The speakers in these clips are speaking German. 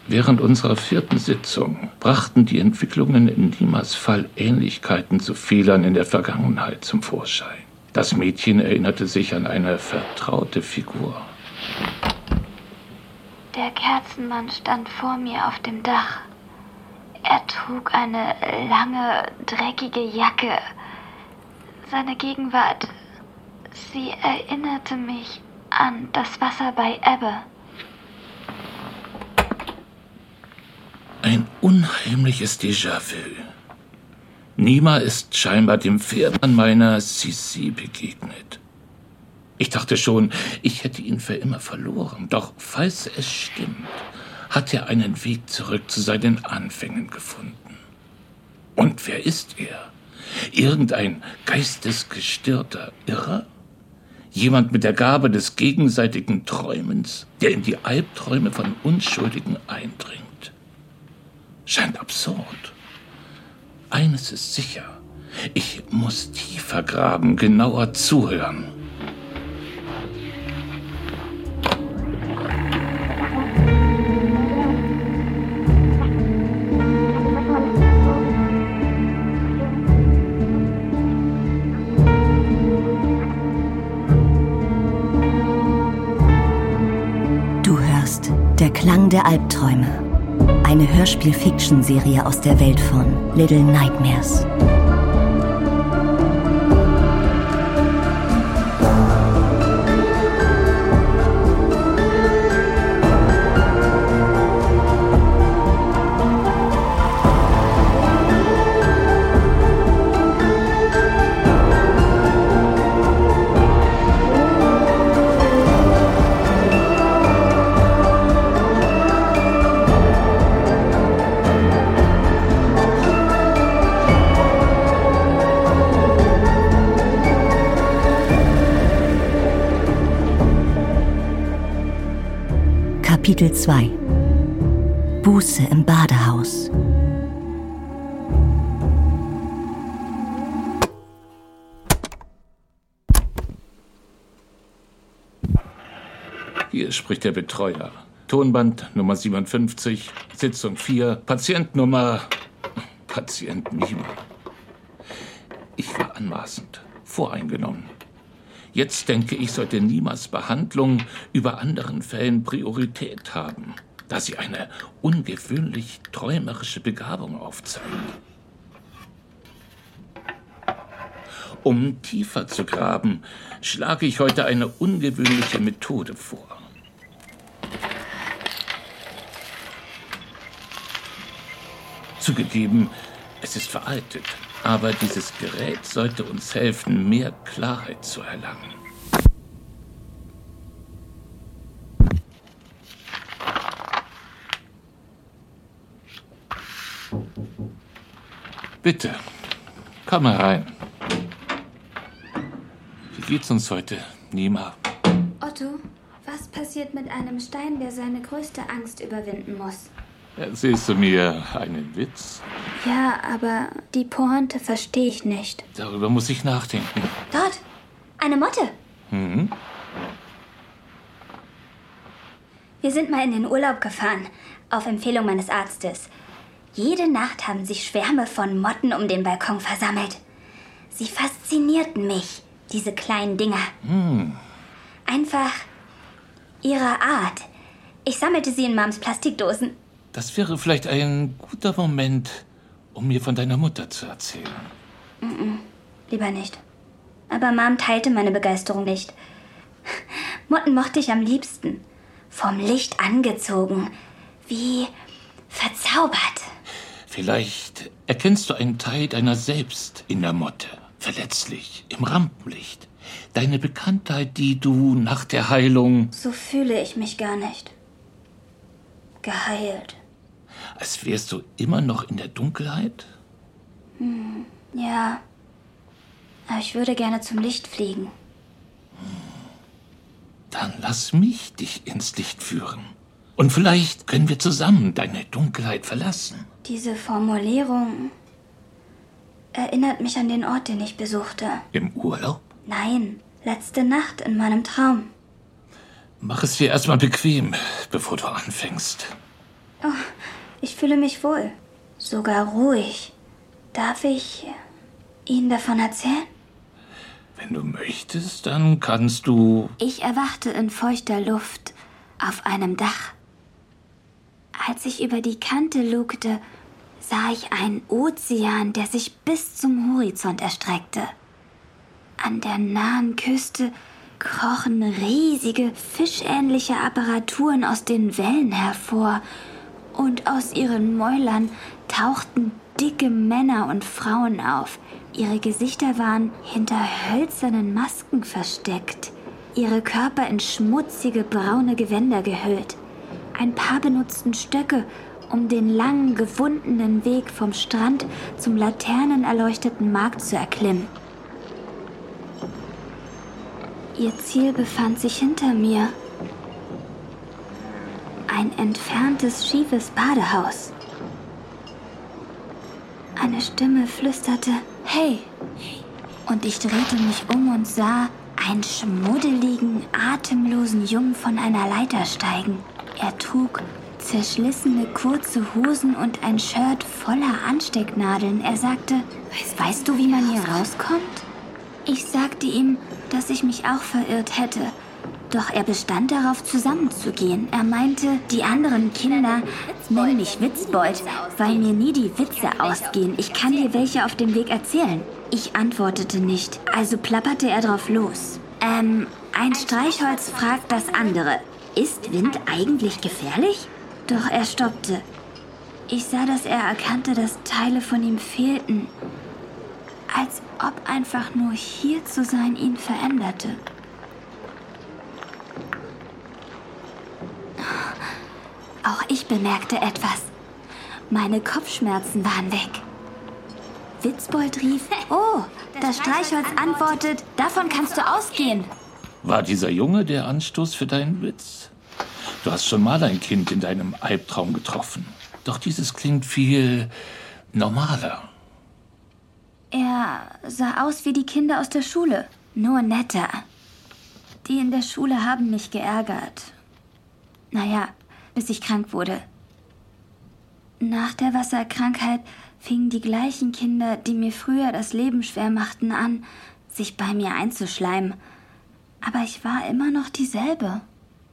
Während unserer 4. Sitzung brachten die Entwicklungen in Nimas Fall Ähnlichkeiten zu Fehlern in der Vergangenheit zum Vorschein. Das Mädchen erinnerte sich an eine vertraute Figur. Der Kerzenmann stand vor mir auf dem Dach. Er trug eine lange, dreckige Jacke. Seine Gegenwart, sie erinnerte mich an das Wasser bei Ebbe. Ein unheimliches Déjà-vu. Nima ist scheinbar dem Pferd an meiner Sissi begegnet. Ich dachte schon, ich hätte ihn für immer verloren. Doch falls es stimmt, hat er einen Weg zurück zu seinen Anfängen gefunden. Und wer ist er? Irgendein geistesgestörter Irrer? Jemand mit der Gabe des gegenseitigen Träumens, der in die Albträume von Unschuldigen eindringt. Scheint absurd. Eines ist sicher. Ich muss tiefer graben, genauer zuhören. Du hörst Der Klang der Albträume. Eine Hörspiel-Fiction-Serie aus der Welt von Little Nightmares. Kapitel 2 Buße im Badehaus. Hier spricht der Betreuer. Tonband Nummer 57, Sitzung 4, Patient Nima. Ich war anmaßend, voreingenommen. Jetzt denke ich, sollte Nimas Behandlung über anderen Fällen Priorität haben, da sie eine ungewöhnlich träumerische Begabung aufzeigt. Um tiefer zu graben, schlage ich heute eine ungewöhnliche Methode vor. Zugegeben, es ist veraltet. Aber dieses Gerät sollte uns helfen, mehr Klarheit zu erlangen. Bitte, komm herein. Wie geht's uns heute, Nima? Otto, was passiert mit einem Stein, der seine größte Angst überwinden muss? Erzählst du mir einen Witz? Ja, aber die Pointe verstehe ich nicht. Darüber muss ich nachdenken. Dort, eine Motte. Mhm. Wir sind mal in den Urlaub gefahren, auf Empfehlung meines Arztes. Jede Nacht haben sich Schwärme von Motten um den Balkon versammelt. Sie faszinierten mich, diese kleinen Dinger. Einfach ihrer Art. Ich sammelte sie in Mams Plastikdosen. Das wäre vielleicht ein guter Moment, um mir von deiner Mutter zu erzählen. Lieber nicht. Aber Mom teilte meine Begeisterung nicht. Motten mochte ich am liebsten. Vom Licht angezogen. Wie verzaubert. Vielleicht erkennst du einen Teil deiner selbst in der Motte. Verletzlich, im Rampenlicht. Deine Bekanntheit, die du nach der Heilung... So fühle ich mich gar nicht. Geheilt. Als wärst du immer noch in der Dunkelheit? Ja. Aber ich würde gerne zum Licht fliegen. Dann lass mich dich ins Licht führen. Und vielleicht können wir zusammen deine Dunkelheit verlassen. Diese Formulierung erinnert mich an den Ort, den ich besuchte. Im Urlaub? Nein, letzte Nacht in meinem Traum. Mach es dir erstmal bequem, bevor du anfängst. Oh, ich fühle mich wohl. Sogar ruhig. Darf ich Ihnen davon erzählen? Wenn du möchtest, dann kannst du... Ich erwachte in feuchter Luft auf einem Dach. Als ich über die Kante lugte, sah ich einen Ozean, der sich bis zum Horizont erstreckte. An der nahen Küste krochen riesige, fischähnliche Apparaturen aus den Wellen hervor und aus ihren Mäulern tauchten dicke Männer und Frauen auf. Ihre Gesichter waren hinter hölzernen Masken versteckt, ihre Körper in schmutzige braune Gewänder gehüllt. Ein paar benutzten Stöcke, um den langen, gewundenen Weg vom Strand zum laternenerleuchteten Markt zu erklimmen. Ihr Ziel befand sich hinter mir. Ein entferntes, schiefes Badehaus. Eine Stimme flüsterte, »Hey!« Und ich drehte mich um und sah einen schmuddeligen, atemlosen Jungen von einer Leiter steigen. Er trug zerschlissene kurze Hosen und ein Shirt voller Anstecknadeln. Er sagte, »Weißt du, wie man hier rauskommt?« Ich sagte ihm, dass ich mich auch verirrt hätte. Doch er bestand darauf, zusammenzugehen. Er meinte, die anderen Kinder nennen mich Witzbold, weil mir nie die Witze ausgehen. Ich kann dir welche auf dem Weg erzählen. Ich antwortete nicht, also plapperte er drauf los. Ein Streichholz fragt das andere. Ist Wind eigentlich gefährlich? Doch er stoppte. Ich sah, dass er erkannte, dass Teile von ihm fehlten. Als ob einfach nur hier zu sein ihn veränderte. Auch ich bemerkte etwas. Meine Kopfschmerzen waren weg. Witzbold rief, »Oh, das Streichholz antwortet, davon kannst du ausgehen.« War dieser Junge der Anstoß für deinen Witz? Du hast schon mal ein Kind in deinem Albtraum getroffen. Doch dieses klingt viel normaler. Er sah aus wie die Kinder aus der Schule, nur netter. Die in der Schule haben mich geärgert. Naja, bis ich krank wurde. Nach der Wasserkrankheit fingen die gleichen Kinder, die mir früher das Leben schwer machten, an, sich bei mir einzuschleimen. Aber ich war immer noch dieselbe.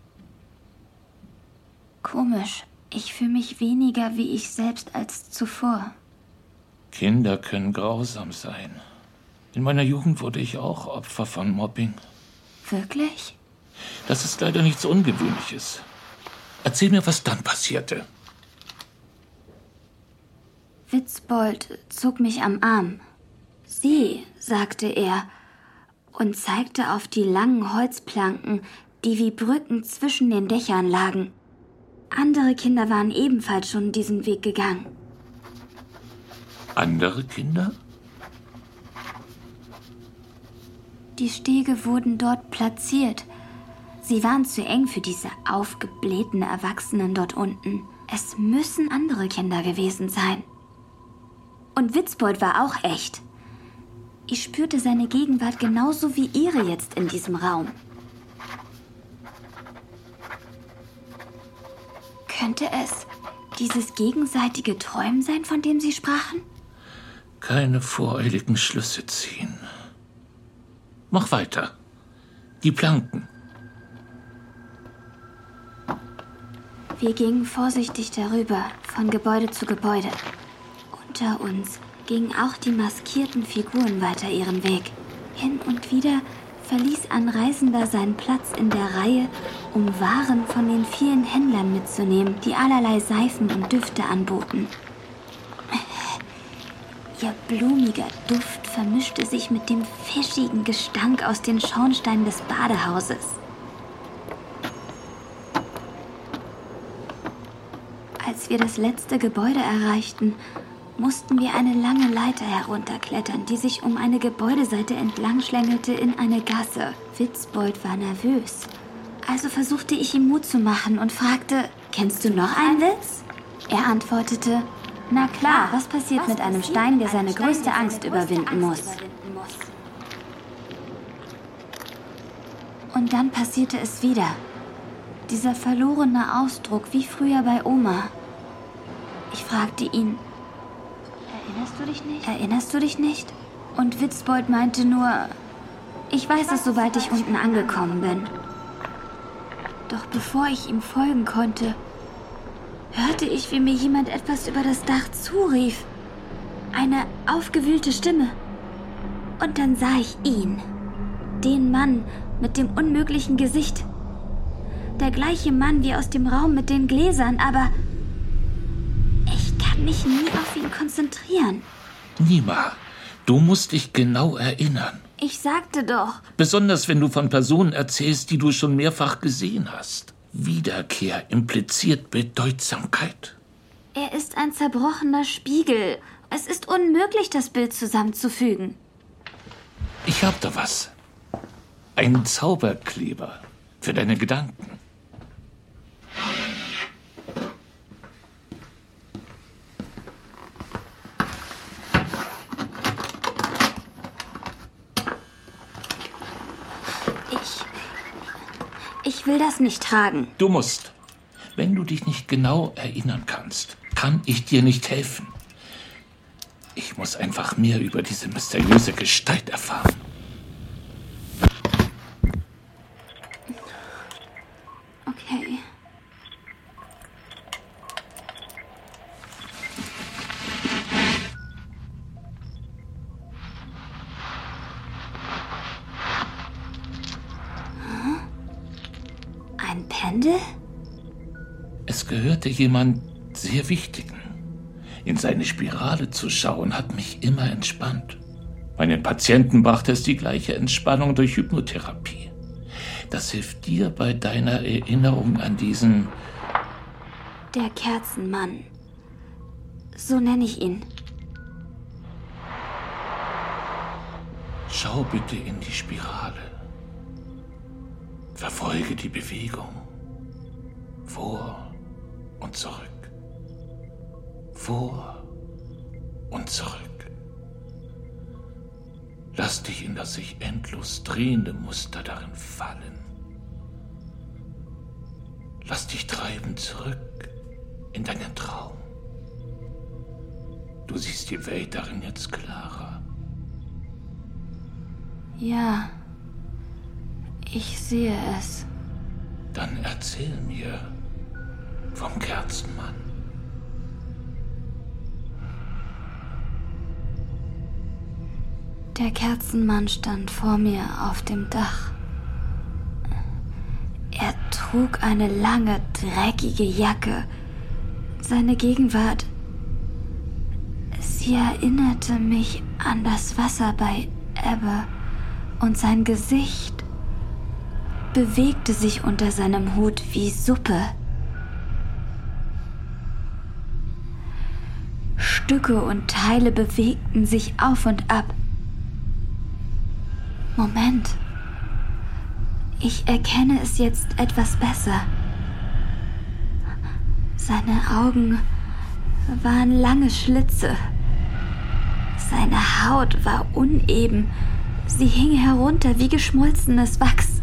Komisch, ich fühle mich weniger wie ich selbst als zuvor. Kinder können grausam sein. In meiner Jugend wurde ich auch Opfer von Mobbing. Wirklich? Das ist leider nichts Ungewöhnliches. Erzähl mir, was dann passierte. Witzbold zog mich am Arm. »Sieh«, sagte er und zeigte auf die langen Holzplanken, die wie Brücken zwischen den Dächern lagen. Andere Kinder waren ebenfalls schon diesen Weg gegangen. Andere Kinder? Die Stege wurden dort platziert. Sie waren zu eng für diese aufgeblähten Erwachsenen dort unten. Es müssen andere Kinder gewesen sein. Und Witzbold war auch echt. Ich spürte seine Gegenwart genauso wie ihre jetzt in diesem Raum. Könnte es dieses gegenseitige Träumen sein, von dem Sie sprachen? Keine voreiligen Schlüsse ziehen. Mach weiter. Die Planken. Wir gingen vorsichtig darüber, von Gebäude zu Gebäude. Unter uns gingen auch die maskierten Figuren weiter ihren Weg. Hin und wieder verließ ein Reisender seinen Platz in der Reihe, um Waren von den vielen Händlern mitzunehmen, die allerlei Seifen und Düfte anboten. Ihr blumiger Duft vermischte sich mit dem fischigen Gestank aus den Schornsteinen des Badehauses. Als wir das letzte Gebäude erreichten, mussten wir eine lange Leiter herunterklettern, die sich um eine Gebäudeseite entlang schlängelte in eine Gasse. Witzbold war nervös. Also versuchte ich ihm Mut zu machen und fragte, »Kennst du noch einen Witz?« Er antwortete, »Na klar, was passiert mit einem Stein, der seine größte Angst überwinden muss?« Und dann passierte es wieder. Dieser verlorene Ausdruck wie früher bei Oma. Ich fragte ihn, Erinnerst du dich nicht? Und Witzbold meinte nur, ich weiß es, sobald ich unten angekommen bin. Doch bevor ich ihm folgen konnte, hörte ich, wie mir jemand etwas über das Dach zurief. Eine aufgewühlte Stimme. Und dann sah ich ihn. Den Mann mit dem unmöglichen Gesicht. Der gleiche Mann wie aus dem Raum mit den Gläsern, aber ich kann mich nie auf ihn konzentrieren. Nima, du musst dich genau erinnern. Ich sagte doch. Besonders wenn du von Personen erzählst, die du schon mehrfach gesehen hast. Wiederkehr impliziert Bedeutsamkeit. Er ist ein zerbrochener Spiegel. Es ist unmöglich, das Bild zusammenzufügen. Ich hab da was. Ein Zauberkleber für deine Gedanken. Ich will das nicht tragen. Du musst. Wenn du dich nicht genau erinnern kannst, kann ich dir nicht helfen. Ich muss einfach mehr über diese mysteriöse Gestalt erfahren. Okay. Ein Pendel? Es gehörte jemand sehr Wichtigen. In seine Spirale zu schauen, hat mich immer entspannt. Meinen Patienten brachte es die gleiche Entspannung durch Hypnotherapie. Das hilft dir bei deiner Erinnerung an diesen... Der Kerzenmann. So nenne ich ihn. Schau bitte in die Spirale. Verfolge die Bewegung. Vor und zurück. Vor und zurück. Lass dich in das sich endlos drehende Muster darin fallen. Lass dich treiben zurück in deinen Traum. Du siehst die Welt darin jetzt klarer. Ja, ich sehe es. Dann erzähl mir vom Kerzenmann. Der Kerzenmann stand vor mir auf dem Dach. Er trug eine lange, dreckige Jacke. Seine Gegenwart, sie erinnerte mich an das Wasser bei Ebbe und sein Gesicht bewegte sich unter seinem Hut wie Suppe. Stücke und Teile bewegten sich auf und ab. Moment. Ich erkenne es jetzt etwas besser. Seine Augen waren lange Schlitze. Seine Haut war uneben. Sie hing herunter wie geschmolzenes Wachs.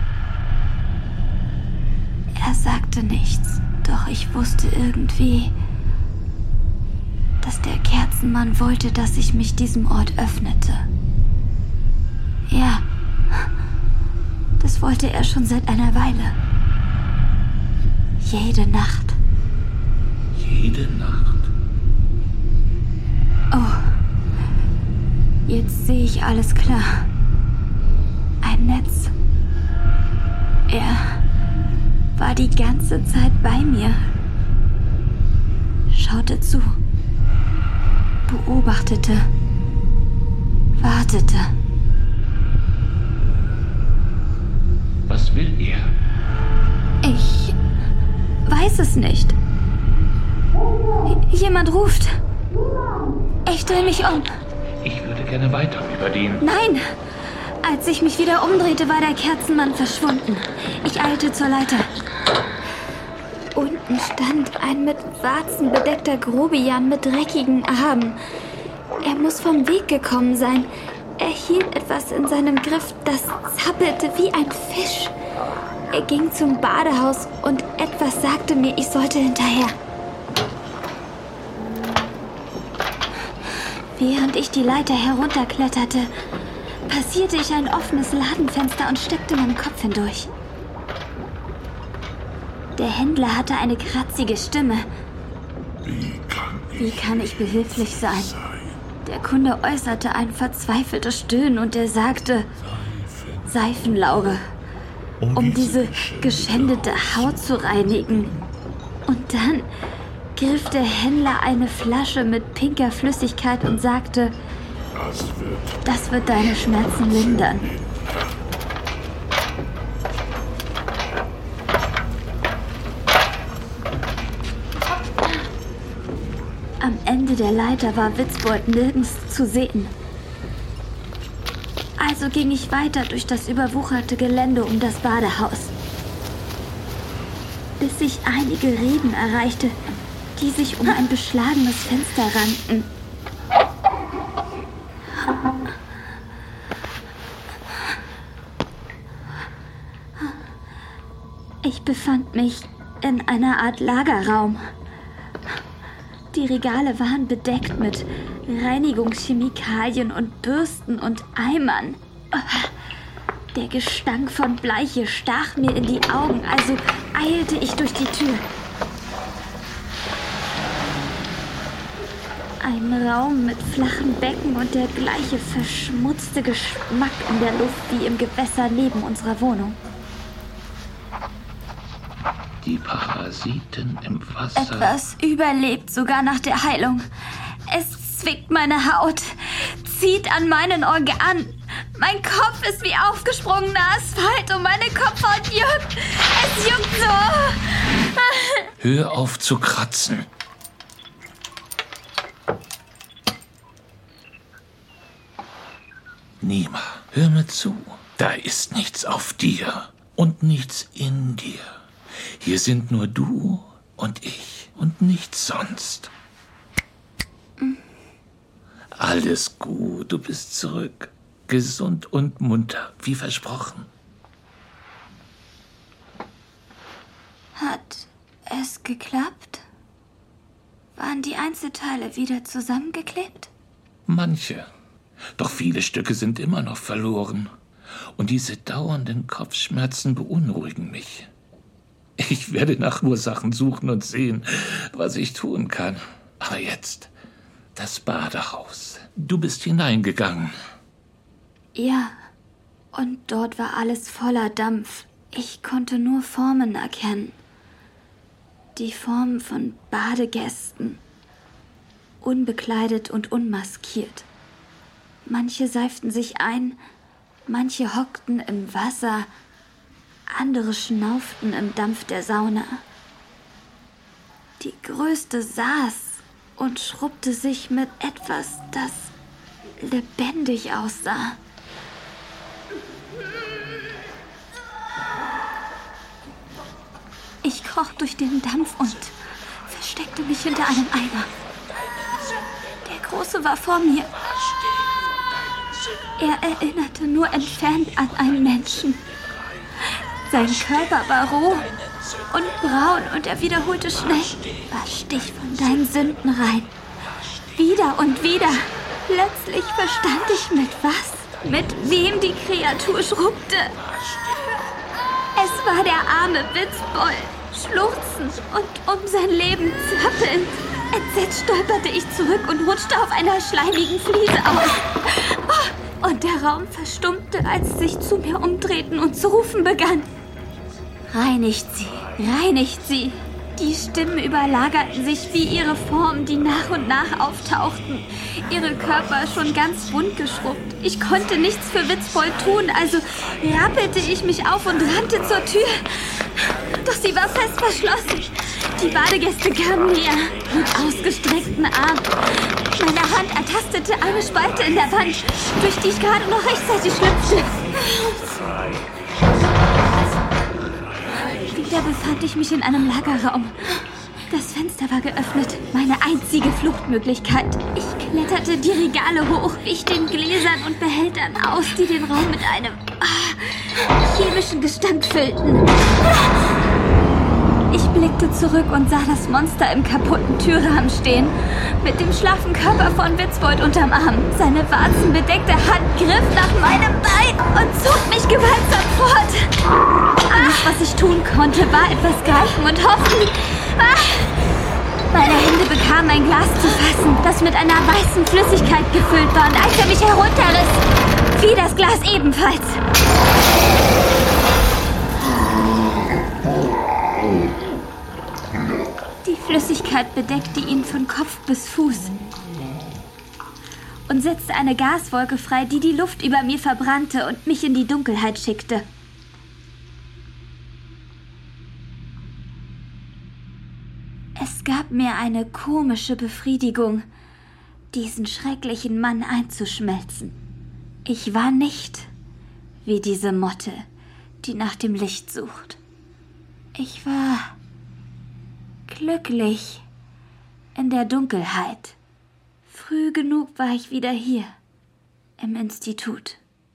Er sagte nichts, doch ich wusste irgendwie, dass der Kerzenmann wollte, dass ich mich diesem Ort öffnete. Ja, das wollte er schon seit einer Weile. Jede Nacht. Jede Nacht? Oh, jetzt sehe ich alles klar. Ein Netz. Er war die ganze Zeit bei mir. Schaute zu. Beobachtete. Wartete. Was will er? Ich weiß es nicht. Jemand ruft. Ich drehe mich um. Ich würde gerne weiter über den... Nein! Als ich mich wieder umdrehte, war der Kerzenmann verschwunden. Ich eilte zur Leiter. Unten stand ein mit Warzen bedeckter Grobian mit dreckigen Armen. Er muss vom Weg gekommen sein. Er hielt etwas in seinem Griff, das zappelte wie ein Fisch. Er ging zum Badehaus und etwas sagte mir, ich sollte hinterher. Während ich die Leiter herunterkletterte, passierte ich ein offenes Ladenfenster und steckte meinen Kopf hindurch. Der Händler hatte eine kratzige Stimme. Wie kann ich behilflich sein? Der Kunde äußerte ein verzweifeltes Stöhnen und er sagte: Seifenlauge, um diese geschändete Haut zu reinigen. Und dann griff der Händler eine Flasche mit pinker Flüssigkeit und sagte: Das wird deine Schmerzen lindern. Am Ende der Leiter war Witzbold nirgends zu sehen. Also ging ich weiter durch das überwucherte Gelände um das Badehaus, bis ich einige Reben erreichte, die sich um ein beschlagenes Fenster rankten. Ich befand mich in einer Art Lagerraum. Die Regale waren bedeckt mit Reinigungschemikalien und Bürsten und Eimern. Der Gestank von Bleiche stach mir in die Augen, also eilte ich durch die Tür. Ein Raum mit flachen Becken und der gleiche verschmutzte Geschmack in der Luft wie im Gewässer neben unserer Wohnung. Die Parasiten im Wasser. Etwas überlebt sogar nach der Heilung. Es zwickt meine Haut, zieht an meinen Organen. Mein Kopf ist wie aufgesprungener Asphalt und meine Kopfhaut juckt. Es juckt so. Hör auf zu kratzen. Nima, hör mir zu. Da ist nichts auf dir und nichts in dir. Hier sind nur du und ich und nichts sonst. Alles gut, du bist zurück. Gesund und munter, wie versprochen. Hat es geklappt? Waren die Einzelteile wieder zusammengeklebt? Manche. Doch viele Stücke sind immer noch verloren. Und diese dauernden Kopfschmerzen beunruhigen mich. Ich werde nach Ursachen suchen und sehen, was ich tun kann. Aber jetzt, das Badehaus. Du bist hineingegangen. Ja, und dort war alles voller Dampf. Ich konnte nur Formen erkennen. Die Formen von Badegästen. Unbekleidet und unmaskiert. Manche seiften sich ein, manche hockten im Wasser, andere schnauften im Dampf der Sauna. Die Größte saß und schrubbte sich mit etwas, das lebendig aussah. Ich kroch durch den Dampf und versteckte mich hinter einem Eimer. Der Große war vor mir. Er erinnerte nur entfernt an einen Menschen. Sein Körper war roh und braun und er wiederholte schnell: Wasch dich von deinen Sünden rein. Wieder und wieder. Plötzlich verstand ich mit wem die Kreatur schrubbte. Es war der arme Witzbold, schluchzend und um sein Leben zappelnd. Entsetzt stolperte ich zurück und rutschte auf einer schleimigen Fliese aus. Und der Raum verstummte, als sie sich zu mir umdrehten und zu rufen begann. Reinigt sie, reinigt sie. Die Stimmen überlagerten sich wie ihre Formen, die nach und nach auftauchten. Ihre Körper schon ganz bunt geschrubbt. Ich konnte nichts für Witzbold tun, also rappelte ich mich auf und rannte zur Tür. Doch sie war fest verschlossen. Die Badegäste kamen näher, mit ausgestreckten Armen. Meine Hand ertastete eine Spalte in der Wand, durch die ich gerade noch rechtzeitig schlüpfte. Wieder befand ich mich in einem Lagerraum. Das Fenster war geöffnet, meine einzige Fluchtmöglichkeit. Ich kletterte die Regale hoch, wich den Gläsern und Behältern aus, die den Raum mit einem chemischen Gestank füllten. Ich blickte zurück und sah das Monster im kaputten Türrahmen stehen, mit dem schlaffen Körper von Witzbold unterm Arm. Seine warzenbedeckte Hand griff nach meinem Bein und zog mich gewaltsam fort. Alles, was ich tun konnte, war etwas greifen und hoffen. Meine Hände bekamen ein Glas zu fassen, das mit einer weißen Flüssigkeit gefüllt war, und als er mich herunterriss, fiel das Glas ebenfalls. Die Flüssigkeit bedeckte ihn von Kopf bis Fuß und setzte eine Gaswolke frei, die die Luft über mir verbrannte und mich in die Dunkelheit schickte. Es gab mir eine komische Befriedigung, diesen schrecklichen Mann einzuschmelzen. Ich war nicht wie diese Motte, die nach dem Licht sucht. Ich war glücklich in der Dunkelheit. Früh genug war ich wieder hier, im Institut.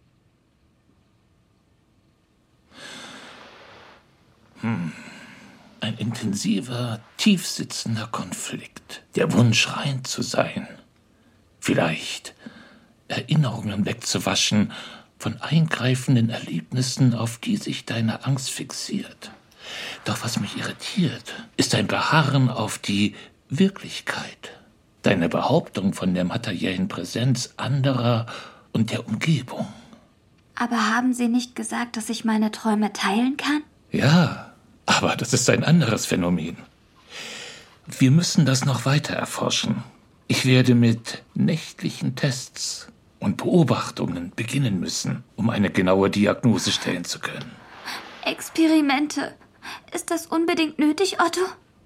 Ein intensiver, tiefsitzender Konflikt. Der Wunsch, rein zu sein. Vielleicht Erinnerungen wegzuwaschen von eingreifenden Erlebnissen, auf die sich deine Angst fixiert. Doch was mich irritiert, ist dein Beharren auf die Wirklichkeit. Deine Behauptung von der materiellen Präsenz anderer und der Umgebung. Aber haben Sie nicht gesagt, dass ich meine Träume teilen kann? Ja, aber das ist ein anderes Phänomen. Wir müssen das noch weiter erforschen. Ich werde mit nächtlichen Tests und Beobachtungen beginnen müssen, um eine genaue Diagnose stellen zu können. Experimente. Ist das unbedingt nötig, Otto?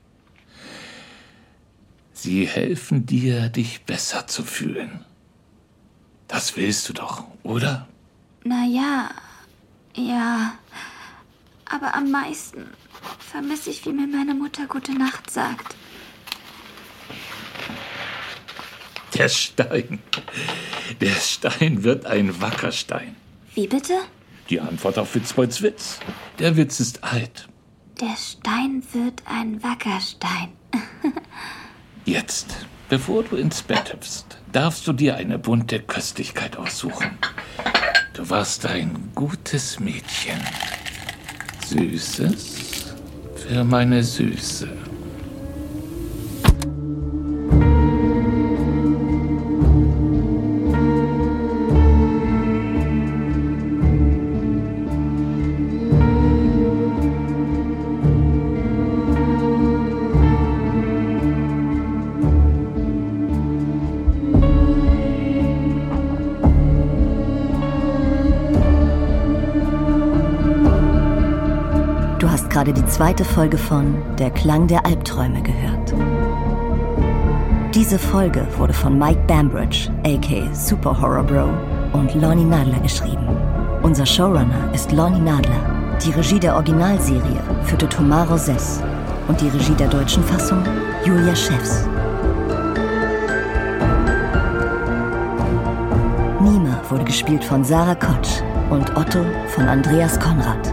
Sie helfen dir, dich besser zu fühlen. Das willst du doch, oder? Ja. Aber am meisten vermisse ich, wie mir meine Mutter Gute Nacht sagt. Der Stein wird ein Wackerstein. Wie bitte? Die Antwort auf Witzbolds Witz. Der Witz ist alt. Der Stein wird ein Wackerstein. Jetzt, bevor du ins Bett hüpfst, darfst du dir eine bunte Köstlichkeit aussuchen. Du warst ein gutes Mädchen. Süßes für meine Süße. Du hast gerade die zweite Folge von Der Klang der Albträume gehört. Diese Folge wurde von Mike Bambridge, a.k.a. Super Horror Bro, und Lonnie Nadler geschrieben. Unser Showrunner ist Lonnie Nadler. Die Regie der Originalserie führte Thomas Rosès und die Regie der deutschen Fassung Julia Scheffs. Nima wurde gespielt von Sarah Kotsch und Otto von Andreas Konrad.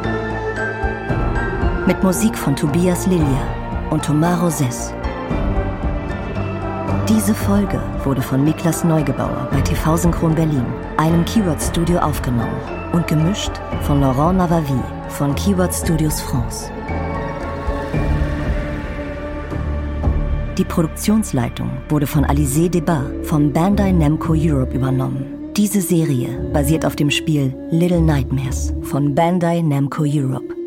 Mit Musik von Tobias Lilja und Thomas Rosès. Diese Folge wurde von Niklas Neugebauer bei TV Synchron Berlin, einem Keyword Studio, aufgenommen und gemischt von Laurent Navavi von Keyword Studios France. Die Produktionsleitung wurde von Alizé Debat vom Bandai Namco Europe übernommen. Diese Serie basiert auf dem Spiel Little Nightmares von Bandai Namco Europe.